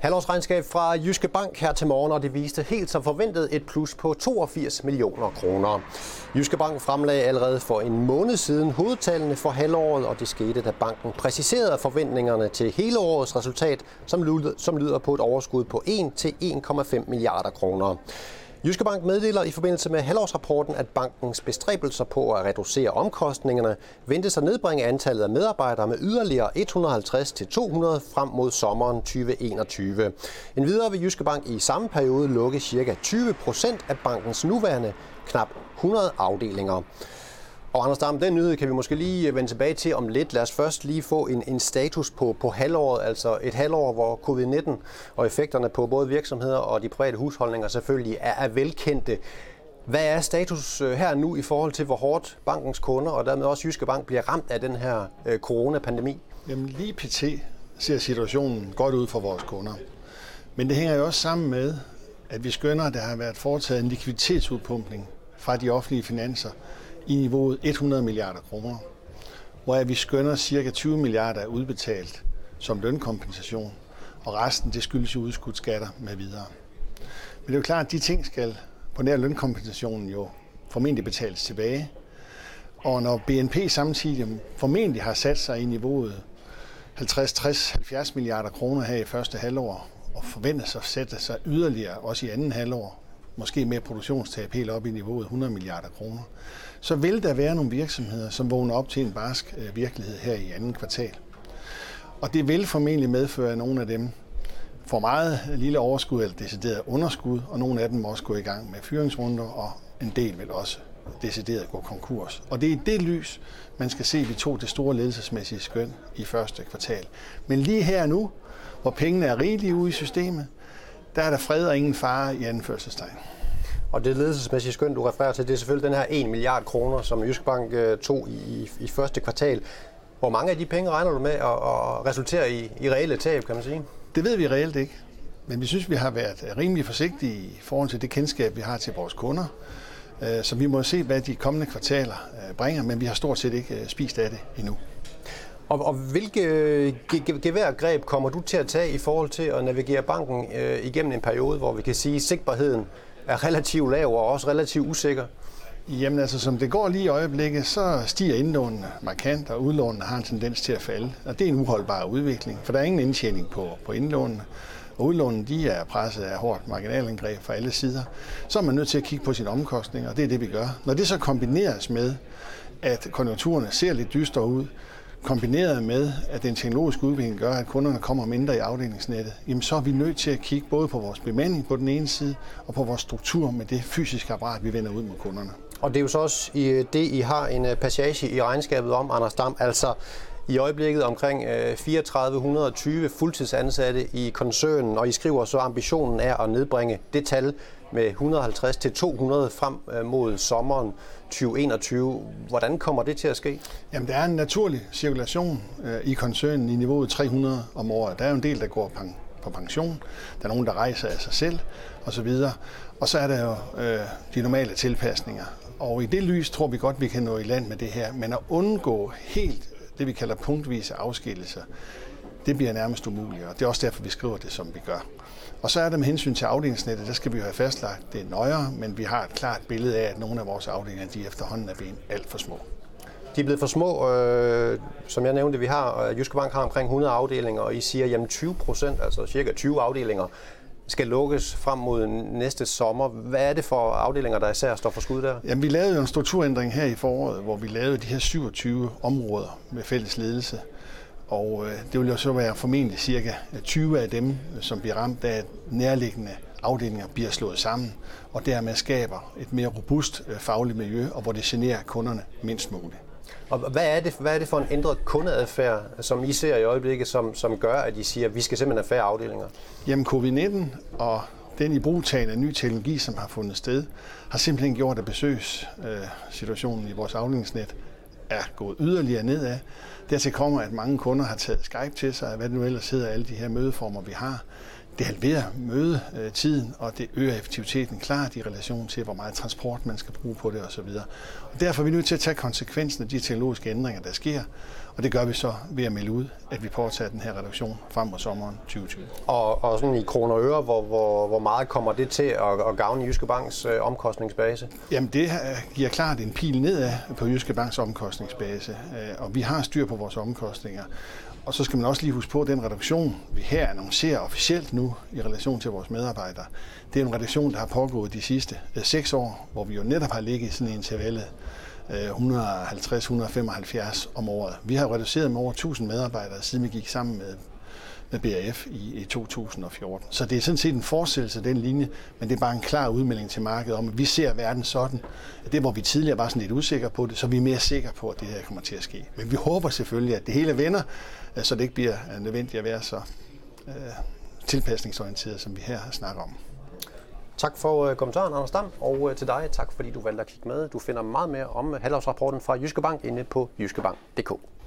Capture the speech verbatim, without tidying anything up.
Halvårsregnskab fra Jyske Bank her til morgen, og det viste helt som forventet et plus på toogfirs millioner kroner. Jyske Bank fremlagde allerede for en måned siden hovedtallene for halvåret, og det skete, da banken præciserede forventningerne til hele årets resultat, som lyder, som lyder på et overskud på en til en komma fem milliarder kroner. Jyske Bank meddeler i forbindelse med halvårsrapporten, at bankens bestræbelser på at reducere omkostningerne ventes at nedbringe antallet af medarbejdere med yderligere et hundrede og halvtreds til to hundrede frem mod sommeren tyve enogtyve. Endvidere vil Jyske Bank i samme periode lukke ca. tyve procent af bankens nuværende knap hundrede afdelinger. Og Anders Dam, den nyhed kan vi måske lige vende tilbage til om lidt. Lad os først lige få en, en status på, på halvåret, altså et halvår, hvor covid nitten og effekterne på både virksomheder og de private husholdninger selvfølgelig er, er velkendte. Hvad er status her nu i forhold til, hvor hårdt bankens kunder og dermed også Jyske Bank bliver ramt af den her øh, coronapandemi? Jamen lige pt. Ser situationen godt ud for vores kunder. Men det hænger jo også sammen med, at vi skønner, at der har været foretaget en likviditetsudpumpning fra de offentlige finanser i niveauet hundrede milliarder kroner, hvor vi skønner ca. tyve milliarder er udbetalt som lønkompensation, og resten det skyldes jo udskudt skatter med videre. Men det er jo klart, at de ting skal på nær lønkompensationen jo formentlig betales tilbage, og når B N P samtidig formentlig har sat sig i niveauet halvtreds, tres, halvfjerds milliarder kroner her i første halvår, og forventes at sætte sig yderligere også i anden halvår, måske med produktionstab helt op i niveauet hundrede milliarder kroner, så vil der være nogle virksomheder, som vågner op til en barsk virkelighed her i anden kvartal. Og det vil formentlig medføre, at nogle af dem får meget lille overskud eller decideret underskud, og nogle af dem må også gå i gang med fyringsrunder, og en del vil også decideret gå konkurs. Og det er i det lys, man skal se, at vi tog det store ledelsesmæssige skøn i første kvartal. Men lige her nu, hvor pengene er rigelige ude i systemet, der er der fred og ingen fare i anførselstegn. Og det ledelsesmæssige skøn, du refererer til, det er selvfølgelig den her en milliard kroner, som Jyske Bank tog i, i første kvartal. Hvor mange af de penge regner du med at, at resultere i, i reelle tab, kan man sige? Det ved vi reelt ikke. Men vi synes, vi har været rimelig forsigtige i forhold til det kendskab, vi har til vores kunder. Så vi må se, hvad de kommende kvartaler bringer, men vi har stort set ikke spist af det endnu. Og, og hvilke geværgreb kommer du til at tage i forhold til at navigere banken øh, igennem en periode, hvor vi kan sige, at sigtbarheden er relativt lav og også relativt usikker? Jamen altså, som det går lige i øjeblikket, så stiger indlånene markant, og udlånene har en tendens til at falde. Og det er en uholdbar udvikling, for der er ingen indtjening på, på indlånene. Og udlånene, de er presset af hårdt marginalangreb fra alle sider. Så er man nødt til at kigge på sine omkostninger, og det er det, vi gør. Når det så kombineres med, at konjunkturerne ser lidt dystre ud, kombineret med, at den teknologiske udvikling gør, at kunderne kommer mindre i afdelingsnettet, jamen så er vi nødt til at kigge både på vores bemanding på den ene side, og på vores struktur med det fysiske apparat, vi vender ud mod kunderne. Og det er jo så også det, I har en passage i regnskabet om, Anders Dam, altså i øjeblikket omkring tre tusind tre hundrede og tyve fuldtidsansatte i koncernen, og I skriver så, at ambitionen er at nedbringe det tal med et hundrede og halvtreds til to hundrede frem mod sommeren tyve enogtyve. Hvordan kommer det til at ske? Jamen, der er en naturlig cirkulation øh, i koncernen i niveauet tre hundrede om året. Der er jo en del, der går på pension. Der er nogen, der rejser af sig selv osv. Og så er der jo øh, de normale tilpasninger. Og i det lys tror vi godt, vi kan nå i land med det her. Men at undgå helt det, vi kalder punktvise afskillelser, det bliver nærmest umuligt. Og det er også derfor, vi skriver det, som vi gør. Og så er der med hensyn til afdelingsnettet, der skal vi jo have fastlagt det nøjere, men vi har et klart billede af, at nogle af vores afdelinger, de efterhånden er blevet alt for små. De er blevet for små, øh, som jeg nævnte, vi har, Jyske Bank har omkring hundrede afdelinger, og I siger, at tyve procent, altså cirka tyve afdelinger, skal lukkes frem mod næste sommer. Hvad er det for afdelinger, der især står for skud der? Jamen, vi lavede jo en strukturændring her i foråret, hvor vi lavede de her syvogtyve områder med fælles ledelse. Og det vil jo så være formentlig cirka tyve af dem, som bliver ramt af, at nærliggende afdelinger bliver slået sammen, og dermed skaber et mere robust fagligt miljø, og hvor det generer kunderne mindst muligt. Og hvad er det, hvad er det for en ændret kundeadfærd, som I ser i øjeblikket, som, som gør, at I siger, at vi skal simpelthen have færre afdelinger? Jamen, covid nitten og den ibrugtagende ny teknologi, som har fundet sted, har simpelthen gjort, at besøgssituationen i vores afdelingsnet er gået yderligere nedad. Dertil kommer, at mange kunder har taget Skype til sig, hvad det nu ellers hedder, alle de her mødeformer, vi har. Det halverer mødetiden, og det øger effektiviteten klart i relation til, hvor meget transport man skal bruge på det osv. Og derfor er vi nødt til at tage konsekvensen af de teknologiske ændringer, der sker, Og det gør vi så ved at melde ud, at vi påtager den her reduktion frem mod sommeren tyve tyve. Og, og sådan i kroner og øre, hvor, hvor, hvor meget kommer det til at, at gavne Jyske Banks øh, omkostningsbase? Jamen det giver klart en pil nedad på Jyske Banks omkostningsbase, og vi har styr på vores omkostninger. Og så skal man også lige huske på, at den reduktion, vi her annoncerer officielt nu i relation til vores medarbejdere, det er en reduktion, der har pågået de sidste seks år, hvor vi jo netop har ligget i sådan en intervallet et hundrede og halvtreds til et hundrede og femoghalvfjerds om året. Vi har reduceret med over tusind medarbejdere, siden vi gik sammen med, med B R F i, i to tusind og fjorten. Så det er sådan set en fortsættelse af den linje, men det er bare en klar udmelding til markedet om, at vi ser verden sådan. Det, hvor vi tidligere var sådan lidt usikre på det, så vi er mere sikre på, at det her kommer til at ske. Men vi håber selvfølgelig, at det hele vender, så det ikke bliver nødvendigt at være så øh, tilpasningsorienteret, som vi her snakker om. Tak for uh, kommentaren, Anders Dam, og uh, til dig tak, fordi du valgte at kigge med. Du finder meget mere om halvårsrapporten fra Jyske Bank inde på jyskebank punktum d k.